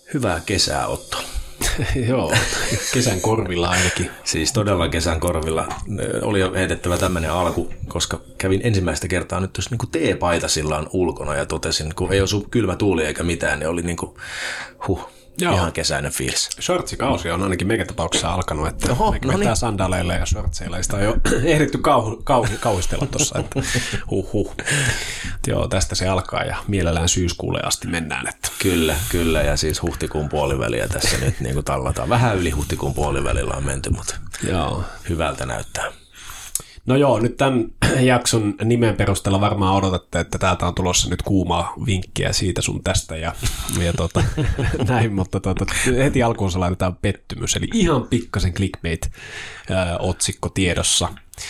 Hyvää kesää, Otto. Joo, kesän korvilla ainakin. Siis todella kesän korvilla. Oli jo heitettävä tämmöinen alku, koska kävin ensimmäistä kertaa nyt tuossa niin teepaitasilla ulkona ja totesin, kun ei osu kylmä tuuli eikä mitään, niin oli niin kuin, ihan kesäinen fiilis. Shortsikausi on ainakin meikä tapauksessa alkanut, että meikä vetää sandaleilla ja shortseilla, ja sitä on jo ehditty kauhistella tuossa, että Joo, tästä se alkaa ja mielellään syyskuulle asti mennään. Että. Kyllä, ja siis huhtikuun puoliväliä tässä nyt niin kuin tallataan. Vähän yli huhtikuun puolivälillä on menty, mutta hyvältä näyttää. No joo, nyt tämän jakson nimen perusteella varmaan odotatte, että täältä on tulossa nyt kuumaa vinkkiä siitä sun tästä ja näin, mutta heti alkuun laitetaan pettymys, eli ihan pikkasen clickbait-otsikko tiedossa.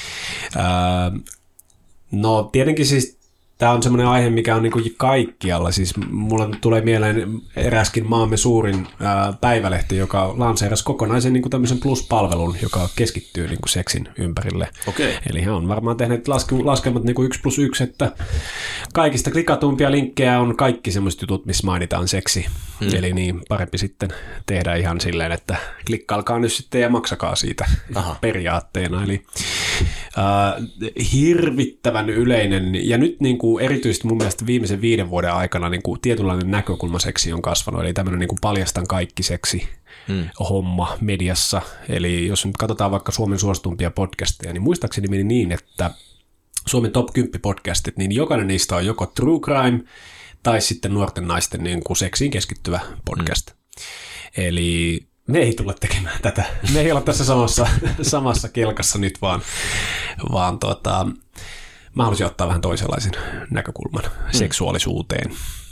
No tietenkin siis tämä on semmoinen aihe, mikä on niin kuin kaikkialla. Siis mulla tulee mieleen eräskin maamme suurin päivälehti, joka lanseerasi kokonaisen niin kuin tämmöisen pluspalvelun, joka keskittyy niin kuin seksin ympärille. Okay. Eli he on varmaan tehneet laskelmat niin kuin 1+1, että kaikista klikatuimpia linkkejä on kaikki semmoiset jutut, missä mainitaan seksi. Eli niin parempi sitten tehdä ihan silleen, että klikkailkaa nyt sitten ja maksakaa siitä periaatteena. Eli hirvittävän yleinen, ja nyt niin kuin erityisesti mun mielestä viimeisen 5 vuoden aikana niin kuin tietynlainen näkökulma seksiin on kasvanut, eli tämmöinen niin kuin paljastan kaikki seksi homma mediassa. Eli jos nyt katsotaan vaikka Suomen suosituimpia podcasteja, niin muistaakseni meni niin, että Suomen top 10 podcastit, niin jokainen niistä on joko true crime tai sitten nuorten naisten niin kuin seksiin keskittyvä podcast. Eli me ei tule tekemään tätä. Me ei olla tässä samassa kelkassa nyt, vaan mä haluaisin ottaa vähän toisenlaisen näkökulman seksuaalisuuteen.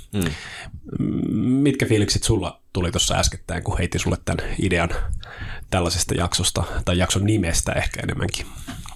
Mitkä fiilikset sulla tuli tuossa äskettäin, kun heitin sulle tämän idean tällaisesta jaksosta, tai jakson nimestä ehkä enemmänkin?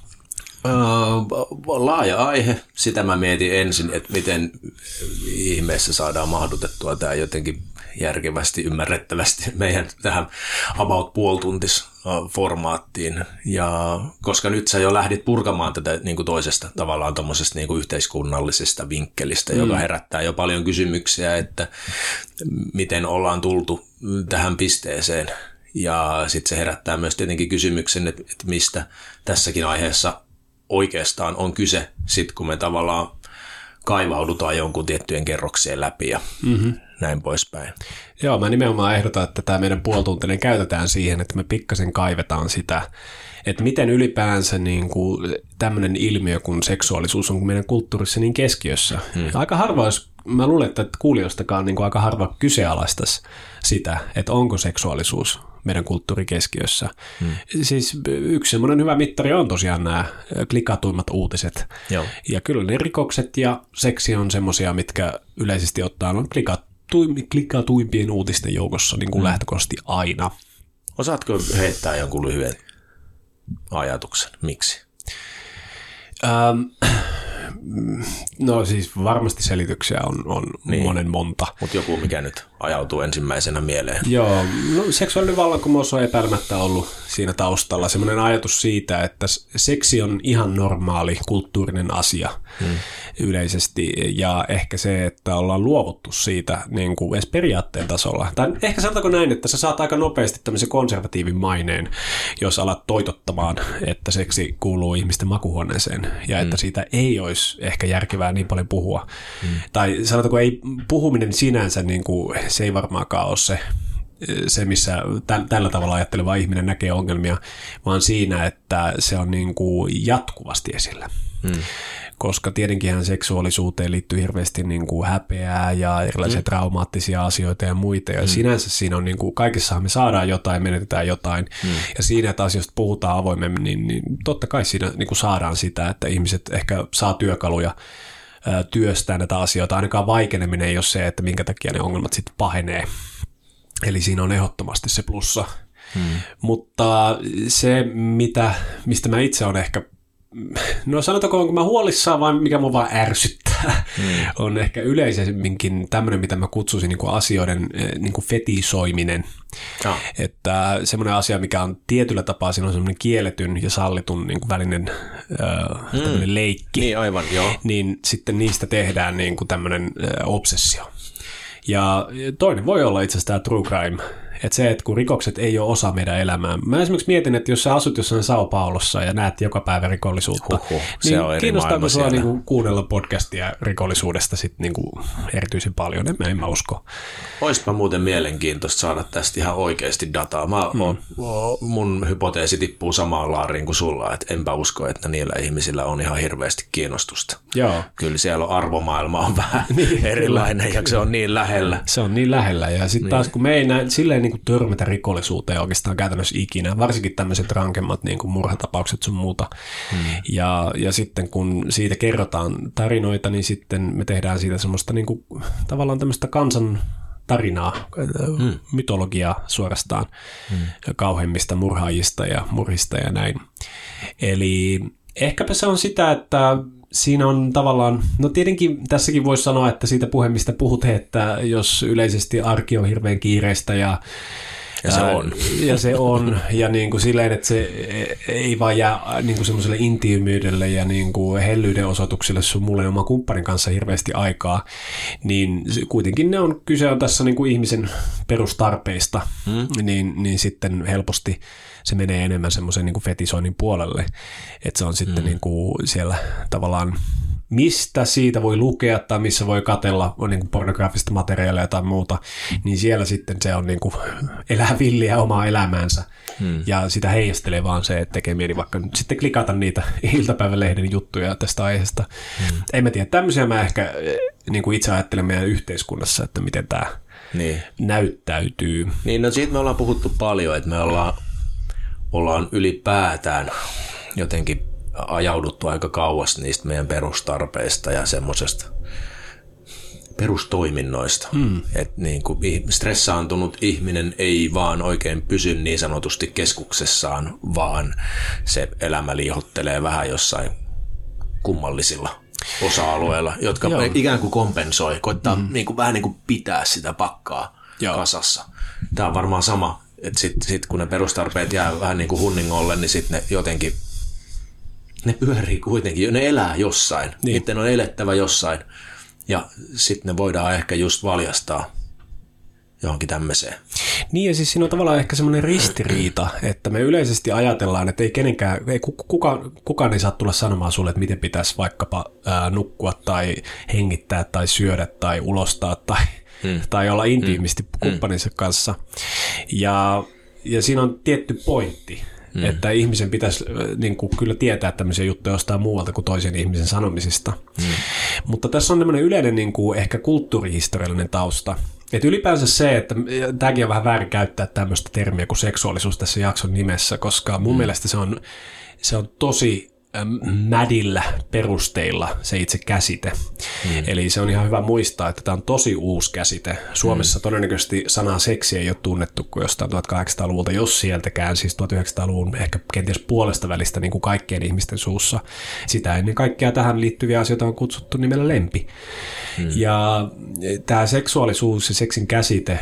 Laaja aihe. Sitä mä mietin ensin, että miten ihmeessä saadaan mahdutettua tämä jotenkin järkevästi, ymmärrettävästi meidän tähän about puolituntis formaattiin. Ja koska nyt sä jo lähdit purkamaan tätä niin kuin toisesta tavallaan tuommoisesta niin kuin yhteiskunnallisesta vinkkelistä, joka herättää jo paljon kysymyksiä, että miten ollaan tultu tähän pisteeseen. Ja sitten se herättää myös tietenkin kysymyksen, että mistä tässäkin aiheessa oikeastaan on kyse, sit kun me tavallaan kaivaudutaan jonkun tiettyjen kerroksien läpi ja näin poispäin. Joo, mä nimenomaan ehdotan, että tämä meidän puolituntinen käytetään siihen, että me pikkasen kaivetaan sitä, että miten ylipäänsä niin kuin tämmöinen ilmiö kuin seksuaalisuus on meidän kulttuurissa niin keskiössä. Aika harva olisi, mä luulen, että kuulijoistakaan niin kuin aika harva kyseenalaistaisi sitä, että onko seksuaalisuus meidän kulttuurikeskiössä. Siis yksi semmoinen hyvä mittari on tosiaan nämä klikatuimmat uutiset. Joo. Ja kyllä ne rikokset ja seksi on semmoisia, mitkä yleisesti ottaen on klikatuimpien uutisten joukossa niin kuin lähtökohtaisesti aina. Osaatko heittää jonkun lyhyen ajatuksen? Miksi? No siis varmasti selityksiä on monen monta. Mutta joku, mikä nyt ajautuu ensimmäisenä mieleen. Joo, no, seksuaalinen vallankumous on epäilemättä ollut siinä taustalla. Semmoinen ajatus siitä, että seksi on ihan normaali kulttuurinen asia yleisesti. Ja ehkä se, että ollaan luovuttu siitä niin kuin edes periaatteen tasolla. Tai ehkä sanotaanko näin, että sä saat aika nopeasti tämmöisen konservatiivin maineen, jos alat toitottamaan, että seksi kuuluu ihmisten makuhuoneeseen. Ja että siitä ei olisi ehkä järkevää niin paljon puhua. Tai sanotaanko, ei puhuminen sinänsä, niin kuin, se ei varmaankaan ole se missä tällä tavalla ajatteleva ihminen näkee ongelmia, vaan siinä, että se on niin kuin jatkuvasti esillä. Koska tietenkinhän seksuaalisuuteen liittyy hirveästi niin kuin häpeää ja erilaisia traumaattisia asioita ja muita. Ja sinänsä siinä on niin kuin, kaikissahan me saadaan jotain, menetetään jotain. Ja siinä, että asioista puhutaan avoimemmin, niin totta kai siinä niin kuin saadaan sitä, että ihmiset ehkä saa työkaluja työstää näitä asioita. Ainakaan vaikeneminen ei ole se, että minkä takia ne ongelmat sitten pahenee. Eli siinä on ehdottomasti se plussa. Mutta se, mistä mä itse on ehkä, no sanotaanko, onko mä huolissaan vai mikä mun vaan ärsyttää, on ehkä yleisemminkin tämmöinen, mitä mä kutsuisin niin kuin asioiden niin kuin fetisoiminen. Että semmoinen asia, mikä on tietyllä tapaa, siinä on semmoinen kielletyn ja sallitun niin kuin välinen leikki. Niin aivan, joo. Niin sitten niistä tehdään niin kuin tämmöinen obsessio. Ja toinen voi olla itse asiassa tämä true crime. Että se, että kun rikokset ei ole osa meidän elämää. Mä esimerkiksi mietin, että jos sä asut jossain Sao Paulossa ja näet joka päivä rikollisuutta, niin kiinnostaako sua niinku kuunnella podcastia rikollisuudesta sit niinku erityisen paljon? En mä usko. Oispa muuten mielenkiintoista saada tästä ihan oikeasti dataa. Mun hypoteesi tippuu samaan laariin kuin sulla, että enpä usko, että niillä ihmisillä on ihan hirveästi kiinnostusta. Joo. Kyllä siellä arvomaailma on vähän erilainen ja se on niin lähellä. Se on niin lähellä ja sitten taas kun me ei näin silleen niin kuin törmätä rikollisuuteen oikeastaan käytännössä ikinä, varsinkin tämmöiset rankemmat niin kuin murhatapaukset sun muuta. Ja sitten kun siitä kerrotaan tarinoita, niin sitten me tehdään siitä semmoista niin kuin, tavallaan tämmöistä kansan tarinaa, mytologiaa suorastaan kauheimmista murhaajista ja murhista ja näin. Eli ehkäpä se on sitä, että siinä on tavallaan, no tietenkin tässäkin voisi sanoa, että siitä mistä puhut, että jos yleisesti arki on hirveän kiireistä ja se on. Ja se on. Ja niin kuin silleen, että se ei vaan jää niin kuin semmoiselle intiimyydelle ja niin kuin hellyyden osoituksille sun mulle ja oman kumppanin kanssa hirveästi aikaa, niin kuitenkin kyse on tässä niin kuin ihmisen perustarpeista, niin sitten helposti se menee enemmän semmoisen niin kuin fetisoinnin puolelle. Että se on sitten niin kuin siellä tavallaan mistä siitä voi lukea tai missä voi katsella on niin kuin pornografista materiaalia tai muuta, niin siellä sitten se on niin kuin elää villiä omaa elämäänsä. Ja sitä heijastelee vaan se, että tekee mieli vaikka nyt sitten klikata niitä iltapäivälehden juttuja tästä aiheesta. En mä tiedä, tämmöisiä mä ehkä niin kuin itse ajattelen meidän yhteiskunnassa, että miten tämä näyttäytyy. Niin, no siitä me ollaan puhuttu paljon, että me ollaan ylipäätään jotenkin ajauduttu aika kauas niistä meidän perustarpeista ja semmoisesta perustoiminnoista. Että niin kuin stressaantunut ihminen ei vaan oikein pysy niin sanotusti keskuksessaan, vaan se elämä liihottelee vähän jossain kummallisilla osa-alueilla, jotka ikään kuin kompensoi, koittaa niin kuin, vähän niin kuin pitää sitä pakkaa kasassa. Tämä on varmaan sama, että sit kun ne perustarpeet jää vähän niin kuin hunningolle, niin sitten ne jotenkin ne pyörii kuitenkin, ne elää jossain. Niiden on elettävä jossain. Ja sitten ne voidaan ehkä just valjastaa johonkin tämmöiseen. Niin ja siis siinä on tavallaan ehkä semmoinen ristiriita, että me yleisesti ajatellaan, että ei kenenkään, kukaan ei saa tulla sanomaan sulle, että miten pitäisi vaikkapa nukkua tai hengittää tai syödä tai ulostaa tai olla intiimisti kumppaninsa kanssa. Ja siinä on tietty pointti. Että ihmisen pitäisi niin kuin, kyllä tietää tämmöisiä juttuja jostain muualta kuin toisen ihmisen sanomisista. Mutta tässä on tämmöinen yleinen niin kuin, ehkä kulttuurihistoriallinen tausta. Että ylipäänsä se, että tämäkin on vähän väärin käyttää tämmöistä termiä kuin seksuaalisuus tässä jakson nimessä, koska mun mielestä se on tosi mädillä perusteilla se itse käsite. Eli se on ihan hyvä muistaa, että tämä on tosi uusi käsite. Suomessa todennäköisesti sanaa seksi ei ole tunnettu kuin jostain 1800-luvulta, jos sieltäkään, siis 1900-luvun ehkä kenties puolesta välistä niin kuin kaikkien ihmisten suussa. Sitä ennen kaikkea tähän liittyviä asioita on kutsuttu nimellä lempi. Ja tämä seksuaalisuus ja seksin käsite,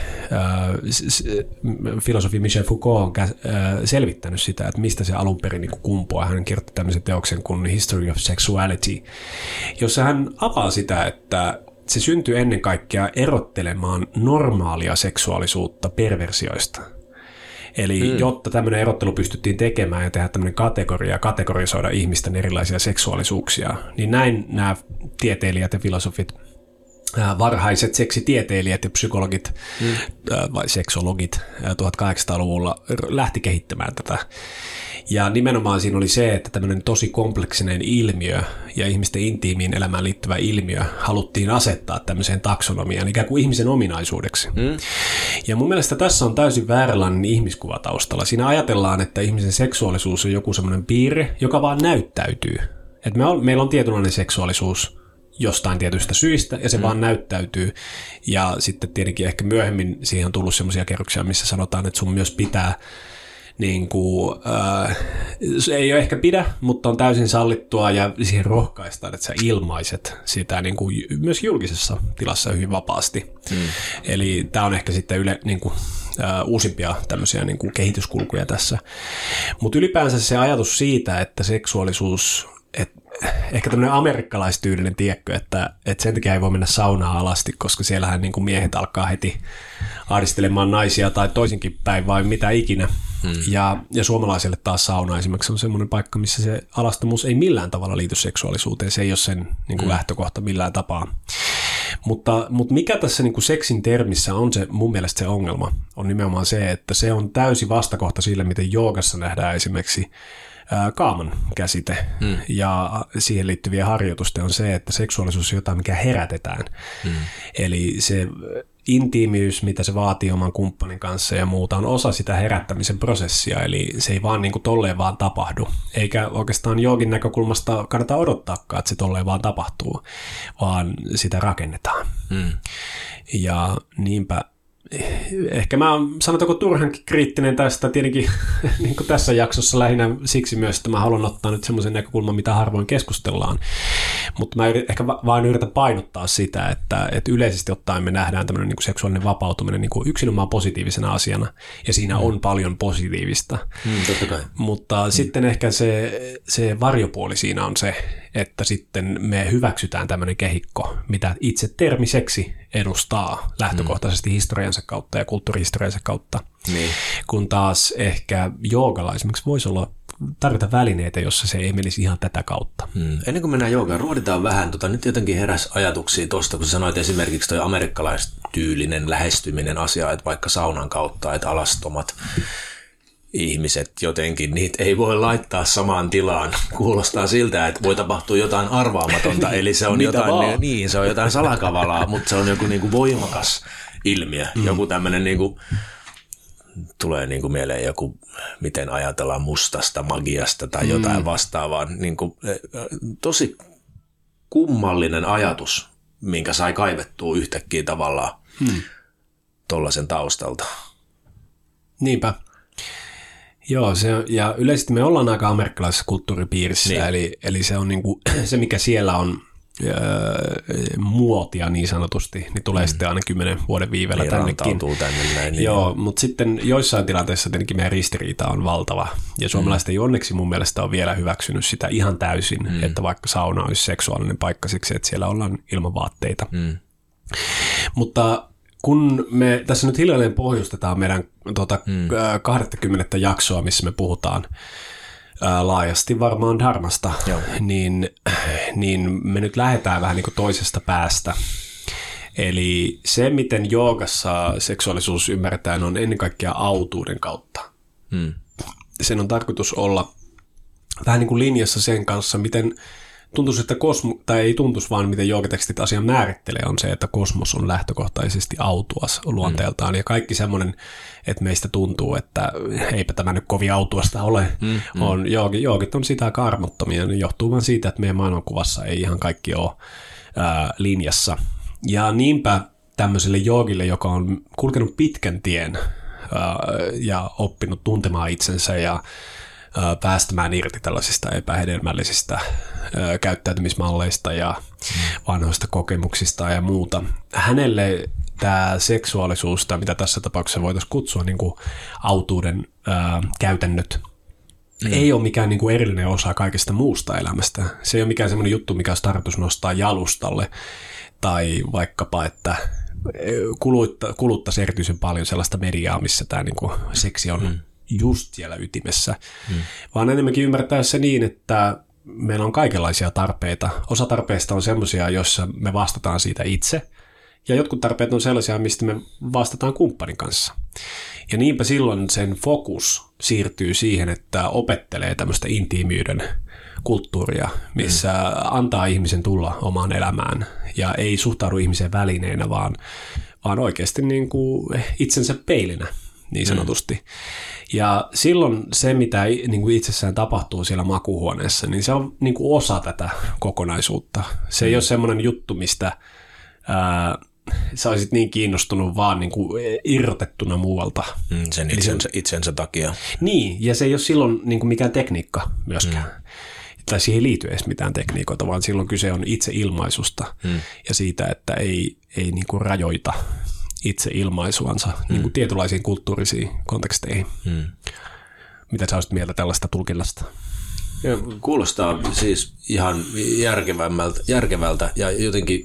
filosofi Michel Foucault on selvittänyt sitä, että mistä se alun perin niin kumpuaa. Hän kirjoitti tämmöisen teoksen kuin History of Sexuality, jossa hän avaa sitä, että se syntyy ennen kaikkea erottelemaan normaalia seksuaalisuutta perversioista. Eli jotta tämmöinen erottelu pystyttiin tekemään ja tehdä tämmöinen kategorisoida ihmisten erilaisia seksuaalisuuksia, niin näin nämä tieteilijät ja filosofit, varhaiset seksitieteilijät ja psykologit vai seksologit 1800-luvulla lähti kehittämään tätä. Ja nimenomaan siinä oli se, että tämmöinen tosi kompleksinen ilmiö ja ihmisten intiimiin elämään liittyvä ilmiö haluttiin asettaa tämmöiseen taksonomiaan ikään kuin ihmisen ominaisuudeksi. Ja mun mielestä tässä on täysin vääränlainen ihmiskuva taustalla. Siinä ajatellaan, että ihmisen seksuaalisuus on joku semmoinen piirre, joka vaan näyttäytyy. Että meillä on tietynlainen seksuaalisuus jostain tietystä syistä, ja se vaan näyttäytyy. Ja sitten tietenkin ehkä myöhemmin siihen on tullut semmoisia kerroksia, missä sanotaan, että sun myös pitää niin kuin, se ei ole ehkä pidä, mutta on täysin sallittua ja siihen rohkaistaan, että sä ilmaiset sitä niin kuin myös julkisessa tilassa hyvin vapaasti. Eli tämä on ehkä sitten niin kuin, uusimpia tämmöisiä niin kuin kehityskulkuja tässä. Mutta ylipäänsä se ajatus siitä, että seksuaalisuus, ehkä tämmöinen amerikkalaistyylinen tiekkö, että sen takia ei voi mennä saunaan alasti, koska siellähän niin kuin miehet alkaa heti ahdistelemaan naisia tai toisinkin päin vai mitä ikinä. Ja suomalaisille taas sauna esimerkiksi on semmoinen paikka, missä se alastomuus ei millään tavalla liity seksuaalisuuteen. Se ei ole sen niin kuin lähtökohta millään tapaa. Mutta mikä tässä niin kuin seksin termissä on se, mun mielestä se ongelma, on nimenomaan se, että se on täysi vastakohta sille, miten joogassa nähdään esimerkiksi kaaman käsite ja siihen liittyviä harjoitusten on se, että seksuaalisuus on jotain, mikä herätetään. Eli se intiimiys, mitä se vaatii oman kumppanin kanssa ja muuta, on osa sitä herättämisen prosessia, eli se ei vaan niin kuin tolleen vaan tapahdu. Eikä oikeastaan joogin näkökulmasta kannata odottaakaan, että se tolleen vaan tapahtuu, vaan sitä rakennetaan. Ja niinpä ehkä mä oon, sanotaanko, turhankin kriittinen tästä tietenkin niin kuin tässä jaksossa lähinnä siksi myös, että mä haluan ottaa nyt semmoisen näkökulman, mitä harvoin keskustellaan. Mutta mä ehkä vaan yritän painottaa sitä, että yleisesti ottaen me nähdään tämmöinen niin kuin seksuaalinen vapautuminen niin kuin yksinomaan positiivisena asiana, ja siinä on paljon positiivista. Totta kai. Mutta sitten ehkä se varjopuoli siinä on se, että sitten me hyväksytään tämmöinen kehikko, mitä itse termiseksi edustaa lähtökohtaisesti historiansa kautta ja kulttuurihistoriansa kautta. Niin. Kun taas ehkä joogalla esimerkiksi voisi tarvita välineitä, jossa se ei menisi ihan tätä kautta. Ennen kuin mennään joogaan, ruoditaan vähän. Nyt jotenkin heräsi ajatuksia tuosta, kun sanoit esimerkiksi toi amerikkalaistyylinen lähestyminen asia, että vaikka saunan kautta, että alastomat ihmiset jotenkin, niitä ei voi laittaa samaan tilaan. Kuulostaa siltä, että voi tapahtua jotain arvaamatonta, eli se on jotain, niin, se on jotain salakavalaa, mutta se on joku niin kuin voimakas ilmiö. Joku tämmöinen, niin kuin, tulee niin kuin mieleen joku, miten ajatellaan mustasta magiasta tai jotain vastaavaa. Niin kuin, tosi kummallinen ajatus, minkä sai kaivettua yhtäkkiä tavallaan tollaisen taustalta. Niinpä. Joo, ja yleisesti me ollaan aika amerikkalaisessa kulttuuripiirissä, niin. eli se on niinku, se, mikä siellä on muotia niin sanotusti, niin tulee sitten aina 10 vuoden viivellä niin, tännekin. Tänne, joo, mutta sitten joissain tilanteissa tietenkin meidän ristiriita on valtava, ja suomalaiset ei onneksi mun mielestä ole vielä hyväksynyt sitä ihan täysin, että vaikka sauna olisi seksuaalinen paikka siksi, että siellä ollaan ilman vaatteita. Mutta kun me tässä nyt hiljalleen pohjustetaan meidän 20. jaksoa, missä me puhutaan laajasti varmaan dharmasta, niin me nyt lähdetään vähän niin kuin toisesta päästä. Eli se, miten joogassa seksuaalisuus ymmärretään, on ennen kaikkea autuuden kautta. Sen on tarkoitus olla vähän niin kuin linjassa sen kanssa, miten tuntuisi, että tai ei tuntuisi, vaan miten joogatekstit asian määrittelee, on se, että kosmos on lähtökohtaisesti autuas luonteeltaan. Ja kaikki semmoinen, että meistä tuntuu, että eipä tämä nyt kovin autuasta ole, on joogit on sitä aika armottomia. Ne johtuu vaan siitä, että meidän maailmankuvassa ei ihan kaikki ole linjassa. Ja niinpä tämmöiselle joogille, joka on kulkenut pitkän tien ja oppinut tuntemaan itsensä ja päästämään irti tällaisista epähedelmällisistä käyttäytymismalleista ja vanhoista kokemuksista ja muuta. Hänelle tämä seksuaalisuus, tai mitä tässä tapauksessa voitaisiin kutsua niin kuin autuuden käytännöt, ei ole mikään niin kuin erillinen osa kaikesta muusta elämästä. Se ei ole mikään semmoinen juttu, mikä olisi tarkoitus nostaa jalustalle, tai vaikkapa, että kuluttaisi erityisen paljon sellaista mediaa, missä tämä niin kuin seksi on just siellä ytimessä, vaan enemmänkin ymmärtää se niin, että meillä on kaikenlaisia tarpeita. Osa tarpeista on semmoisia, joissa me vastataan siitä itse, ja jotkut tarpeet on sellaisia, mistä me vastataan kumppanin kanssa. Ja niinpä silloin sen fokus siirtyy siihen, että opettelee tämmöistä intiimiyden kulttuuria, missä antaa ihmisen tulla omaan elämään, ja ei suhtaudu ihmiseen välineenä, vaan oikeasti niin kuin itsensä peilinä, niin sanotusti. Ja silloin se, mitä niin kuin itsessään tapahtuu siellä makuuhuoneessa, niin se on niin kuin osa tätä kokonaisuutta. Se ei ole semmoinen juttu, mistä sä olisit niin kiinnostunut vaan niin kuin irrotettuna muualta. Sen itsensä takia. Niin, ja se ei ole silloin niin kuin mikään tekniikka myöskään. Tai siihen ei liity edes mitään tekniikoita, vaan silloin kyse on itse ilmaisusta ja siitä, että ei niin kuin rajoita itse ilmaisuansa niin kuin tietynlaisiin kulttuurisiin konteksteihin. Mitä sä olisit mieltä tällaista tulkinnasta? Kuulostaa siis ihan järkevältä ja jotenkin,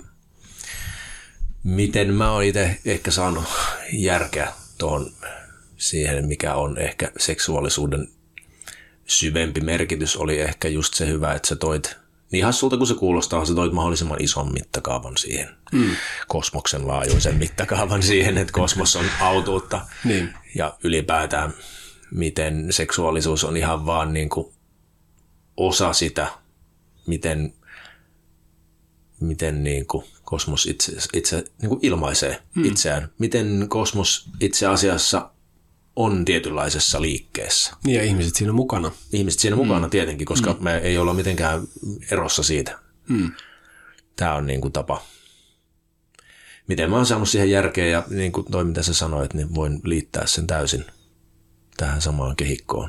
miten mä oon itse ehkä saanut järkeä tuohon siihen, mikä on ehkä seksuaalisuuden syvempi merkitys, oli ehkä just se hyvä, että sä toit, niin hassulta kuin se kuulostaa, sä toit mahdollisimman ison mittakaavan siihen, kosmoksen laajuisen mittakaavan siihen, että kosmos on autuutta niin. Ja ylipäätään miten seksuaalisuus on ihan vaan niin kuin osa sitä, miten niin kuin kosmos itse niin kuin ilmaisee itseään. Miten kosmos itse asiassa on tietynlaisessa liikkeessä. Ja ihmiset siinä mukana. Ihmiset siinä mukana tietenkin, koska me ei olla mitenkään erossa siitä. Tämä on niin kuin tapa. Miten mä oon saanut siihen järkeä ja niin kuin toi mitä sä sanoit, niin voin liittää sen täysin tähän samaan kehikkoon.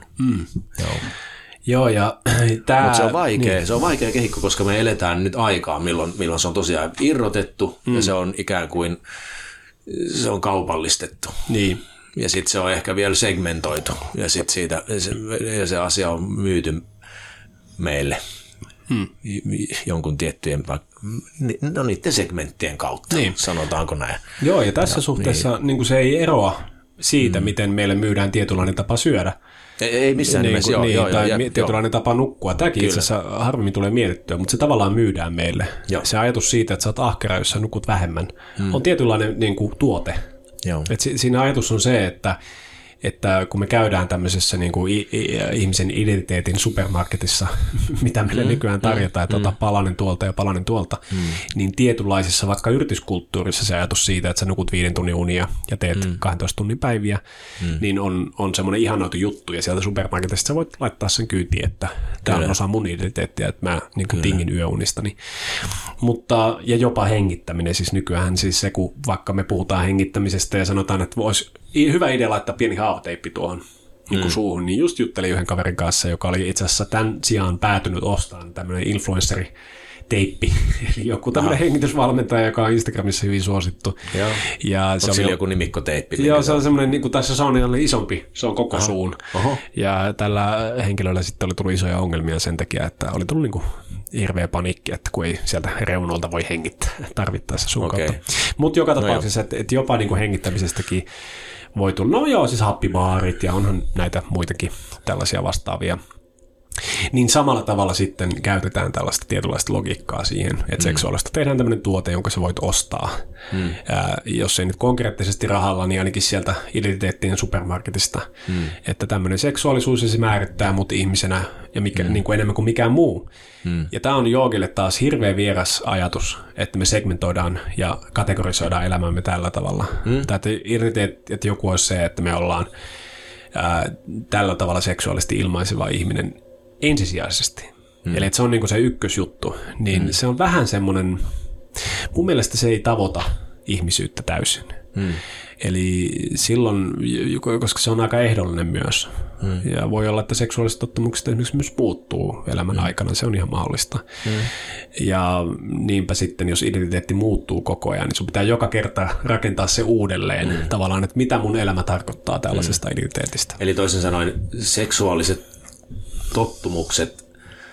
Joo, ja tämä... Mutta se on vaikea, niin. Se on vaikea kehikko, koska me eletään nyt aikaa, milloin se on tosiaan irrotettu ja se on ikään kuin, se on kaupallistettu. Niin. Ja sitten se on ehkä vielä segmentoitu ja sitten siitä, se asia on myyty meille jonkun tiettyjen, no niiden segmenttien kautta, niin. Sanotaanko näin. Joo, ja tässä suhteessa niin se ei eroa siitä, miten meille myydään tietynlainen tapa syödä. Ei missään nimessä, tai tietynlainen tapa nukkua. Tämäkin itse asiassa harvemmin tulee mietittyä, mutta se tavallaan myydään meille. Joo. Se ajatus siitä, että sä oot ahkera, jos sä nukut vähemmän, on tietynlainen niin kuin, tuote. Et siinä ajatus on se, että kun me käydään tämmöisessä niin kuin ihmisen identiteetin supermarketissa, mitä meille nykyään tarjotaan, että ota palanen tuolta ja palanen tuolta, niin tietynlaisessa vaikka yrityskulttuurissa se ajatus siitä, että sä nukut 5 tunnin unia ja teet 12 tunnin päiviä, niin on semmoinen ihanoitu juttu, ja sieltä supermarketista sä voit laittaa sen kyytiin, että tämä on osa mun identiteettiä, että mä niin kuin tingin yöunistani. Mutta, ja jopa hengittäminen, siis nykyään siis se, kun vaikka me puhutaan hengittämisestä ja sanotaan, että olisi hyvä idea laittaa pieni haavateippi tuohon niin suuhun, niin just juttelin yhden kaverin kanssa, joka oli itse asiassa tämän sijaan päätynyt ostamaan tämmöinen influenceriteippi, eli joku tämmöinen hengitysvalmentaja, joka on Instagramissa hyvin suosittu. Joo. Ja se oli joku nimikkoteippi? Joo, se on semmoinen, niin kuin tässä saunilla isompi, se on koko suun. Ja tällä henkilöllä sitten oli tullut isoja ongelmia sen takia, että oli tullut niin kuin hirveä paniikki, että kun ei sieltä reunolta voi hengittää tarvittaessa suun kautta. Mutta joka tapauksessa, että jopa niin kuin hengittämisestäkin voi tulla, no joo, siis happibaarit ja onhan näitä muitakin tällaisia vastaavia. Niin samalla tavalla sitten käytetään tällaista tietynlaista logiikkaa siihen, että seksuaalista tehdään tämmöinen tuote, jonka sä voit ostaa. Jos ei nyt konkreettisesti rahalla, niin ainakin sieltä identiteettien supermarketista. Että tämmöinen seksuaalisuus se määrittää mut ihmisenä ja niin kuin enemmän kuin mikään muu. Ja tämä on joogille taas hirveän vieras ajatus, että me segmentoidaan ja kategorisoidaan elämämme tällä tavalla. Että identiteetti joku olisi se, että me ollaan tällä tavalla seksuaalisesti ilmaiseva ihminen ensisijaisesti. Eli että se on niin kuin se ykkösjuttu. Niin se on vähän semmoinen, mun mielestä se ei tavoita ihmisyyttä täysin. Eli silloin, koska se on aika ehdollinen myös. Ja voi olla, että seksuaaliset tottumukset esimerkiksi myös muuttuu elämän aikana. Se on ihan mahdollista. Ja niinpä sitten, jos identiteetti muuttuu koko ajan, niin sun pitää joka kerta rakentaa se uudelleen. Tavallaan, että mitä mun elämä tarkoittaa tällaisesta identiteetistä. Eli toisin sanoen seksuaaliset tottumukset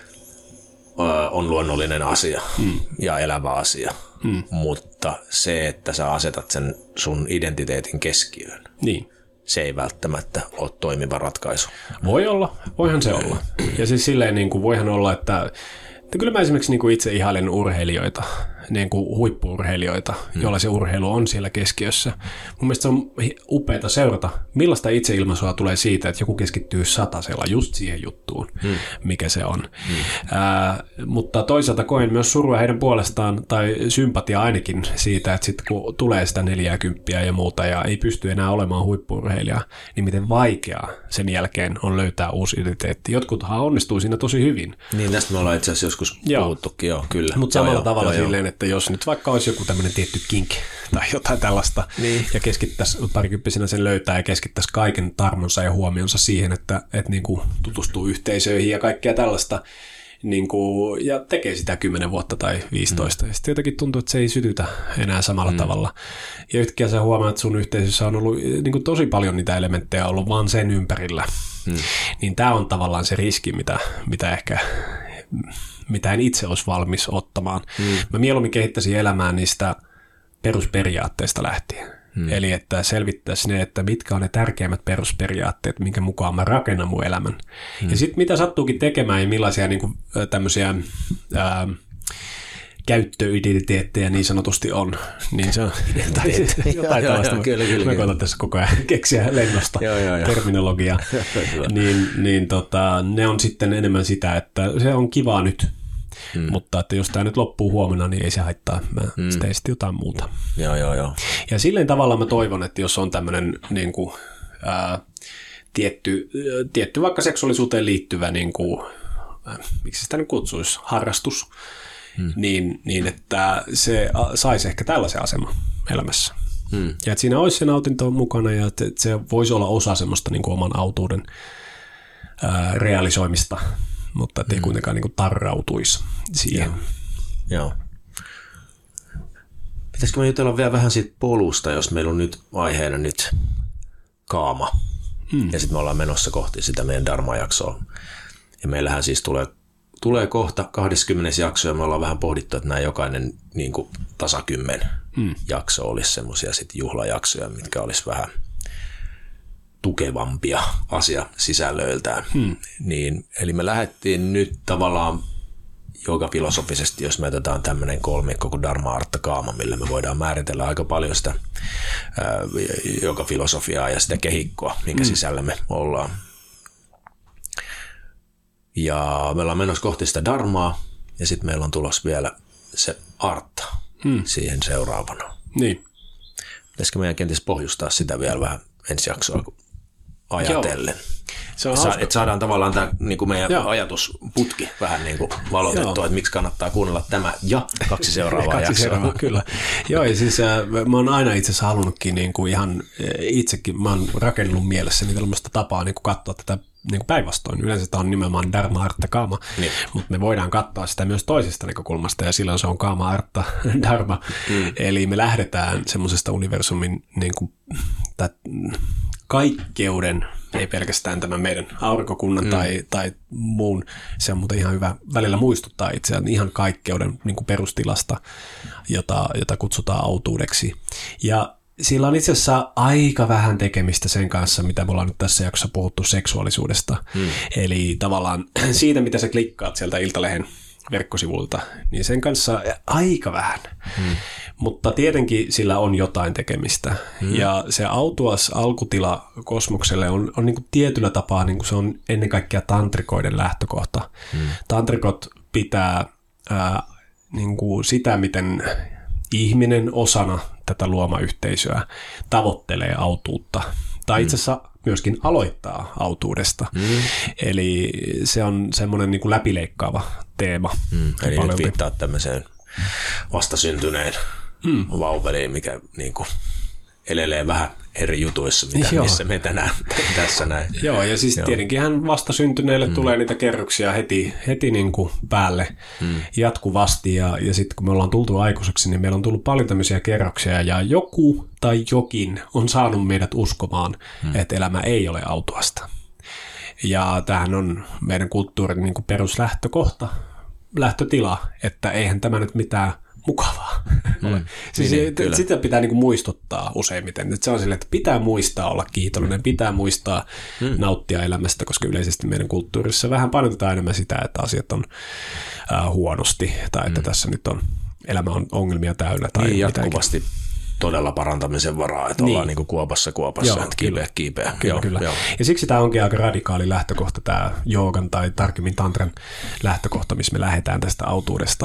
on luonnollinen asia ja elävä asia, mutta se, että sä asetat sen sun identiteetin keskiöön, se ei välttämättä ole toimiva ratkaisu. Voi olla, voihan se olla. Ja siis silleen niin kuin voihan olla, että kyllä mä esimerkiksi niin kuin itse ihailen urheilijoita, niin kuin huippu-urheilijoita, joilla se urheilu on siellä keskiössä. Mun mielestä se on upeata seurata, millaista itseilmaisua tulee siitä, että joku keskittyy satasella just siihen juttuun, mikä se on. Mutta toisaalta koen myös surua heidän puolestaan, tai sympatia ainakin siitä, että sitten kun tulee sitä 40 ja muuta, ja ei pysty enää olemaan huippu-urheilija, niin miten vaikeaa sen jälkeen on löytää uusi identiteetti. Jotkuthan onnistuu siinä tosi hyvin. Niin, tästä me ollaan itse asiassa joskus puhuttukin, joo, kyllä. Mutta samalla tavalla silleen, että jos nyt vaikka olisi joku tämmöinen tietty kink tai jotain tällaista, ja keskittäisiin parikymppisenä sen löytää ja keskittäisiin kaiken tarmonsa ja huomionsa siihen, että niin kuin tutustuu yhteisöihin ja kaikkea tällaista, niin kuin, ja tekee sitä 10 vuotta tai 15. Ja sitten jotenkin tuntuu, että se ei sytytä enää samalla tavalla. Ja yhtäkkiä sä huomaat, että sun yhteisössä on ollut niin kuin tosi paljon niitä elementtejä ollut vaan sen ympärillä. Niin tämä on tavallaan se riski, mitä en itse olisi valmis ottamaan. Mä mieluummin kehittäisin elämään niistä perusperiaatteista lähtien. Eli että selvittäisi ne, että mitkä on ne tärkeimmät perusperiaatteet, minkä mukaan mä rakennan mun elämän. Ja sitten mitä sattuukin tekemään ja millaisia niin kuin, tämmöisiä käyttöidentiteettejä niin sanotusti on, niin se on jotain tällaista. Mä koitan tässä koko ajan keksiä lennosta terminologiaa. niin, ne on sitten enemmän sitä, että se on kivaa nyt. Mutta että jos tämä nyt loppuu huomenna, niin ei se haittaa. Mä teen sitten jotain muuta. Joo. Ja silleen tavalla mä toivon, että jos on tämmöinen niin kuin, tietty vaikka seksuaalisuuteen liittyvä, niin kuin, miksi sitä nyt kutsuisi, harrastus, niin että se saisi ehkä tällaisen aseman elämässä. Ja että siinä olisi se nautinto mukana ja että se voisi olla osa semmoista niin kuin oman autuuden realisoimista, mutta ei kuitenkaan niin kuin tarrautuisi siihen. Joo. Pitäisikö me jutella vielä vähän siitä polusta, jos meillä on nyt aiheena nyt kaama. Ja sitten me ollaan menossa kohti sitä meidän Dharma-jaksoa. Ja meillähän siis tulee kohta 20. jakso, ja me ollaan vähän pohdittu, että nämä jokainen niin kuin tasakymmen jakso olisi semmoisia sitten juhlajaksoja, mitkä olisi vähän tukevampia asiasisällöiltään. Niin, eli me lähdettiin nyt tavallaan joogafilosofisesti, jos me otetaan tämmöinen kolmikko kuin Dharma, Artha, Kaama, millä me voidaan määritellä aika paljon sitä joogafilosofiaa ja sitä kehikkoa, minkä sisällä me ollaan. Ja me ollaan menossa kohti sitä Dharmaa, ja sitten meillä on tulossa vielä se Artha siihen seuraavana. Niin. Pitäisikö meidän kenties pohjustaa sitä vielä vähän ensi jaksoa ajatellen? Että saadaan tavallaan tämä niin meidän ajatusputki vähän niin kuin valotettua, että miksi kannattaa kuunnella tämä ja 2 seuraavaa jaksoa. Kyllä. Joo, ja siis mä oon aina itse asiassa halunnutkin niin kuin ihan itsekin, mä oon rakennut mielessäni tällaista tapaa niin kuin katsoa tätä niin kuin päinvastoin. Yleensä tämä on nimenomaan Dharma, Artha, Kaama, mutta me voidaan katsoa sitä myös toisesta näkökulmasta, ja silloin se on Kaama, Artha, Dharma. Eli me lähdetään semmoisesta universumin niin kuin, kaikkeuden, ei pelkästään tämän meidän aurinkokunnan tai muun, se on muuten ihan hyvä välillä muistuttaa itseään ihan kaikkeuden niin kuin perustilasta, jota kutsutaan autuudeksi. Ja sillä on itse asiassa aika vähän tekemistä sen kanssa, mitä me ollaan nyt tässä jaksossa puhuttu seksuaalisuudesta. Eli tavallaan siitä, mitä sä klikkaat sieltä Iltalehden verkkosivulta, niin sen kanssa aika vähän. Mutta tietenkin sillä on jotain tekemistä. Ja se autuas alkutila kosmokselle on niin kuin tietyllä tapaa, niin kuin se on ennen kaikkea tantrikoiden lähtökohta. Tantrikot pitää niin kuin sitä, miten ihminen osana tätä luomayhteisöä tavoittelee autuutta. Tai itse asiassa myöskin aloittaa autuudesta. Eli se on semmoinen niin kuin läpileikkaava teema. Eli nyt viittaa tämmöiseen vastasyntyneen vauveliin, mikä niin kuin elelee vähän eri jutuissa, missä me tänään tässä näin. Joo, ja siis tietenkin hän vastasyntyneille tulee niitä kerroksia heti niin kuin päälle jatkuvasti, ja sitten kun me ollaan tultu aikuiseksi, niin meillä on tullut paljon tämmöisiä kerroksia, ja joku tai jokin on saanut meidät uskomaan, että elämä ei ole autuasta. Ja tämähän on meidän kulttuurin niin kuin peruslähtökohta, lähtötila, että eihän tämä nyt mitään mukavaa ole. Siis sitä pitää niinku muistuttaa useimmiten. Että se on silleen, että pitää muistaa olla kiitollinen, pitää muistaa nauttia elämästä, koska yleisesti meidän kulttuurissa vähän painotetaan enemmän sitä, että asiat on huonosti tai että tässä nyt on elämä on ongelmia täynnä. Tai niin, jatkuvasti todella parantamisen varaa, että ollaan niin kuin kuopassa, että kiipeä. Kyllä. Ja siksi tämä onkin aika radikaali lähtökohta, tämä joogan tai tarkemmin tantran lähtökohta, missä me lähdetään tästä autuudesta.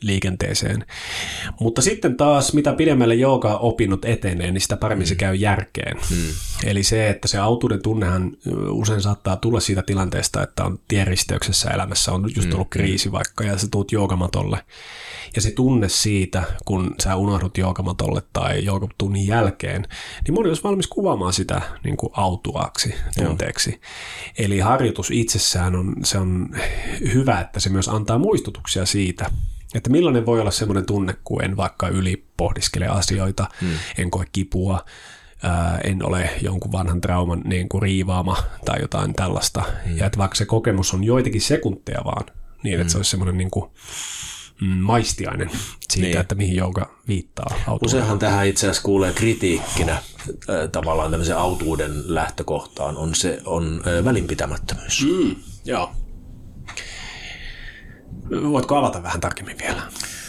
liikenteeseen. Mutta sitten taas, mitä pidemmälle jooga-opinnot etenee, niin sitä paremmin se käy järkeen. Eli se, että se autuuden tunnehan usein saattaa tulla siitä tilanteesta, että on tienristeyksessä elämässä, on just ollut kriisi vaikka, ja sä tuut joogamatolle. Ja se tunne siitä, kun sä unohdut joogamatolle tai joogatunnin jälkeen, niin moni olisi valmis kuvaamaan sitä niin kuin autuaaksi tunteeksi. Eli harjoitus itsessään on hyvä, että se myös antaa muistutuksia siitä, että millainen voi olla semmoinen tunne, kun en vaikka ylipohdiskele asioita, en koe kipua, en ole jonkun vanhan trauman niin kuin riivaama tai jotain tällaista. Ja että vaikka se kokemus on joitakin sekunteja vaan, niin että se olisi semmoinen niin kuin maistiainen siitä, että mihin jooga viittaa. Useinhan tähän itse asiassa kuulee kritiikkinä tavallaan tämmöisen autuuden lähtökohtaan on välinpitämättömyys. Joo. Voitko avata vähän tarkemmin vielä?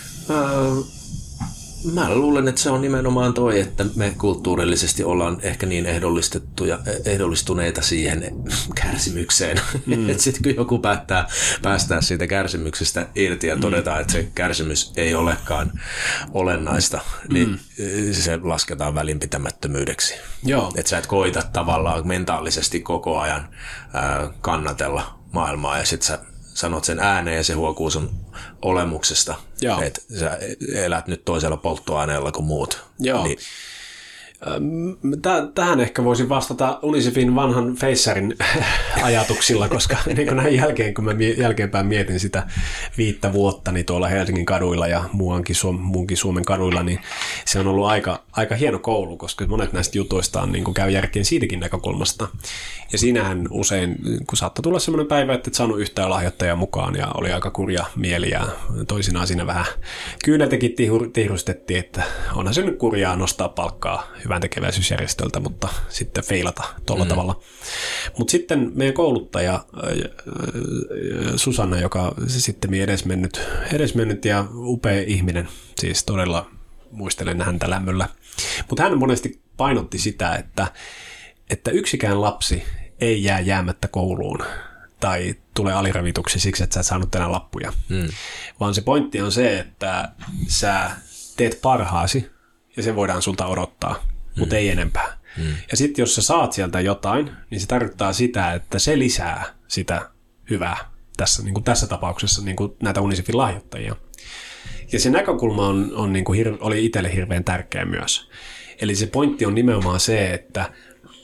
Mä luulen, että se on nimenomaan toi, että me kulttuurillisesti ollaan ehkä niin ehdollistuneita siihen kärsimykseen. Että sitten kun joku päästää siitä kärsimyksestä irti ja todetaan, että se kärsimys ei olekaan olennaista, niin se lasketaan välinpitämättömyydeksi. Että sä et koita tavallaan mentaalisesti koko ajan kannatella maailmaa ja sitten sä sanot sen ääneen ja se huokuu sun olemuksesta, että sä elät nyt toisella polttoaineella kuin muut. Joo. Niin. Tähän ehkä voisin vastata Unicefin vanhan feissarin ajatuksilla, koska niin näin jälkeen, kun mä jälkeenpäin mietin sitä 5 vuotta niin tuolla Helsingin kaduilla ja muunkin Suomen kaduilla, niin se on ollut aika hieno koulu, koska monet näistä jutuista on, niin käy järkeen siitäkin näkökulmasta. Ja siinähän usein, kun saattoi tulla semmoinen päivä, että et saanut yhtään lahjoittajaa mukaan ja oli aika kurja mieli ja toisinaan siinä vähän kyyneltäkin tihrustettiin, että onhan se nyt kurjaa nostaa palkkaa hyvän tekeväisyysjärjestöltä, mutta sitten feilata tuolla tavalla. Mutta sitten meidän kouluttaja Susanna, joka sitten edesmennyt ja upea ihminen, siis todella muistelen häntä lämmöllä. Mutta hän monesti painotti sitä, että yksikään lapsi ei jää jäämättä kouluun tai tulee aliravituksi siksi, että sä et saanut tänään lappuja. Vaan se pointti on se, että sä teet parhaasi ja se voidaan sulta odottaa, mutta ei enempää. Ja sitten jos sä saat sieltä jotain, niin se tarkoittaa sitä, että se lisää sitä hyvää tässä, niin kuin tässä tapauksessa niin kuin näitä Unicefin lahjoittajia. Ja se näkökulma on niin kuin oli itselle hirveän tärkeä myös. Eli se pointti on nimenomaan se, että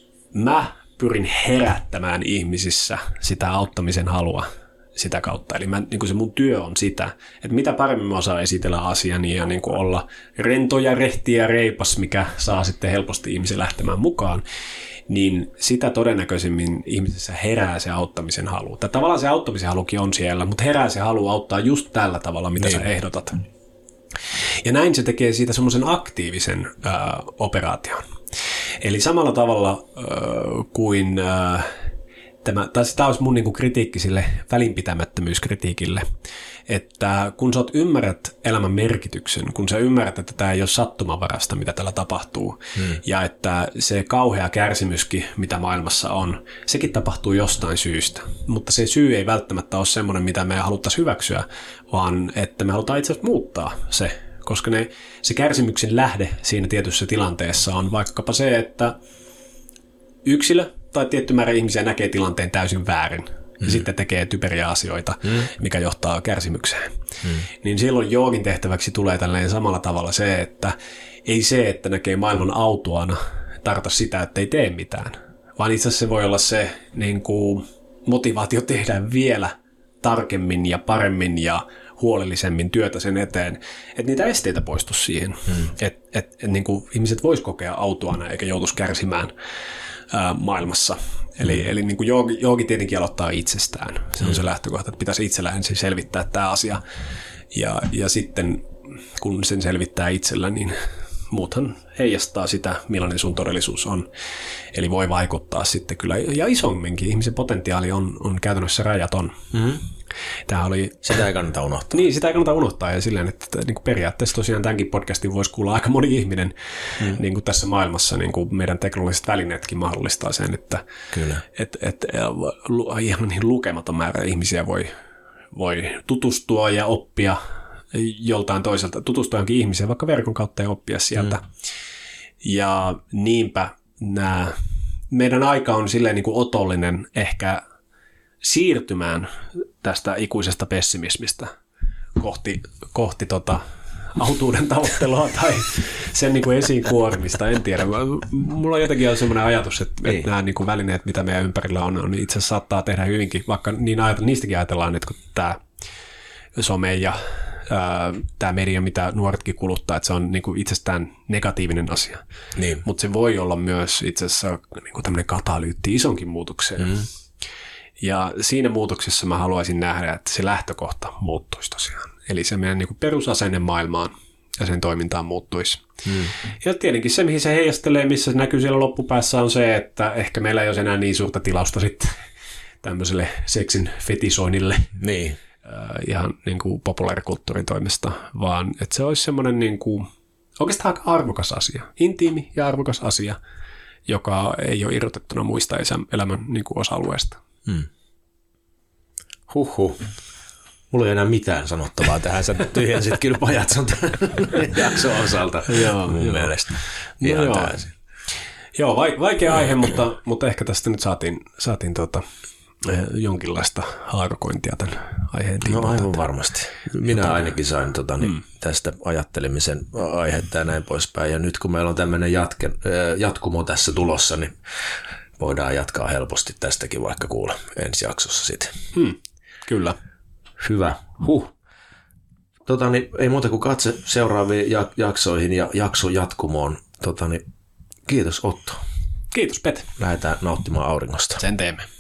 mä pyrin herättämään ihmisissä sitä auttamisen halua sitä kautta. Eli niin kuin se mun työ on sitä, että mitä paremmin mä osaan esitellä asiani ja niin kuin olla rento ja rehti ja reipas, mikä saa sitten helposti ihmisen lähtemään mukaan, niin sitä todennäköisemmin ihmisessä herää se auttamisen halu. Tai tavallaan se auttamisen halukin on siellä, mutta herää se halu auttaa just tällä tavalla, mitä sä ehdotat. Ja näin se tekee siitä semmoisen aktiivisen operaation. Eli samalla tavalla kuin tämä olisi mun niinku kritiikki sille välinpitämättömyyskritiikille, että kun sä ymmärrät elämän merkityksen, kun sä ymmärrät, että tämä ei ole sattumanvarasta, mitä täällä tapahtuu, ja että se kauhea kärsimyskin, mitä maailmassa on, sekin tapahtuu jostain syystä. Mutta se syy ei välttämättä ole semmoinen, mitä me haluttaisiin hyväksyä, vaan että me halutaan itse asiassa muuttaa se, koska se kärsimyksen lähde siinä tietyssä tilanteessa on vaikkapa se, että yksilö tai tietty määrä ihmisiä näkee tilanteen täysin väärin ja sitten tekee typeriä asioita, mikä johtaa kärsimykseen. Niin silloin joogin tehtäväksi tulee tälleen samalla tavalla se, että ei se, että näkee maailman autuana, tarkoita sitä, että ei tee mitään, vaan itse asiassa se voi olla se niin kuin motivaatio tehdä vielä tarkemmin ja paremmin ja huolellisemmin työtä sen eteen, että niitä esteitä poistu siihen, että niin kuin ihmiset vois kokea autuana eikä joutuisi kärsimään maailmassa. Eli niin kuin joogi tietenkin aloittaa itsestään. Se on se lähtökohta, että pitäisi itsellä ensin selvittää tämä asia. Ja sitten kun sen selvittää itsellä, niin muuthan heijastaa sitä, millainen sun todellisuus on. Eli voi vaikuttaa sitten kyllä. Ja isomminkin ihmisen potentiaali on käytännössä rajaton. Sitä ei kannata unohtaa. Niin, sitä ei kannata unohtaa. Ja silleen, että niin kuin periaatteessa tosiaan tämänkin podcastin voisi kuulla aika moni ihminen niin kuin tässä maailmassa. Niin kuin meidän teknologiset välineetkin mahdollistaa sen, että ihan niin lukematon määrä ihmisiä voi tutustua ja oppia joltain toiselta, tutustua johonkin ihmiseen vaikka verkon kautta ja oppia sieltä. Ja niinpä meidän aika on silleen niin kuin otollinen ehkä siirtymään tästä ikuisesta pessimismistä kohti autuuden tavoittelua tai sen niin kuin esiin kuorimista, en tiedä. Mulla on jotenkin sellainen ajatus, että nämä niin kuin välineet, mitä meidän ympärillä on, niin itse asiassa saattaa tehdä hyvinkin, vaikka niistäkin ajatellaan, että kun tämä some ja tämä media, mitä nuoretkin kuluttaa, että se on niin kuin itsestään negatiivinen asia. Niin. Mutta se voi olla myös itse asiassa niin kuin tämmöinen katalyytti isonkin muutokseen. Ja siinä muutoksessa mä haluaisin nähdä, että se lähtökohta muuttuisi tosiaan. Eli se meidän niin kuin perusasenne maailmaan ja sen toimintaan muuttuisi. Ja tietenkin se, mihin se heijastelee, missä se näkyy siellä loppupäässä, on se, että ehkä meillä ei ole enää niin suurta tilausta sitten tämmöiselle seksin fetisoinnille. Niin. Ihan niin kuin populaarikulttuurin toimesta, vaan että se olisi semmoinen niin kuin, oikeastaan aika arvokas asia, intiimi ja arvokas asia, joka ei ole irrotettuna muista elämän niin kuin osa-alueesta. Huhhuh. Mulla ei enää mitään sanottavaa tähän. Sä tyhjensit kyllä Pajatson jakson osalta mun mielestä. Ihan täysin. Joo, vaikea aihe, mutta ehkä tästä nyt saatiin jonkinlaista haarukointia tämän aiheen tiimoilta. No aivan varmasti. Minä ainakin sain tästä ajattelemisen aihetta ja näin poispäin. Ja nyt kun meillä on tämmöinen jatkumo tässä tulossa, niin voidaan jatkaa helposti tästäkin vaikka kuulla ensi jaksossa sitten. Kyllä. Hyvä. Ei muuta kuin katse seuraaviin jaksoihin ja jakson jatkumoon. Kiitos Otto. Kiitos Pete. Lähdetään nauttimaan auringosta. Sen teemme.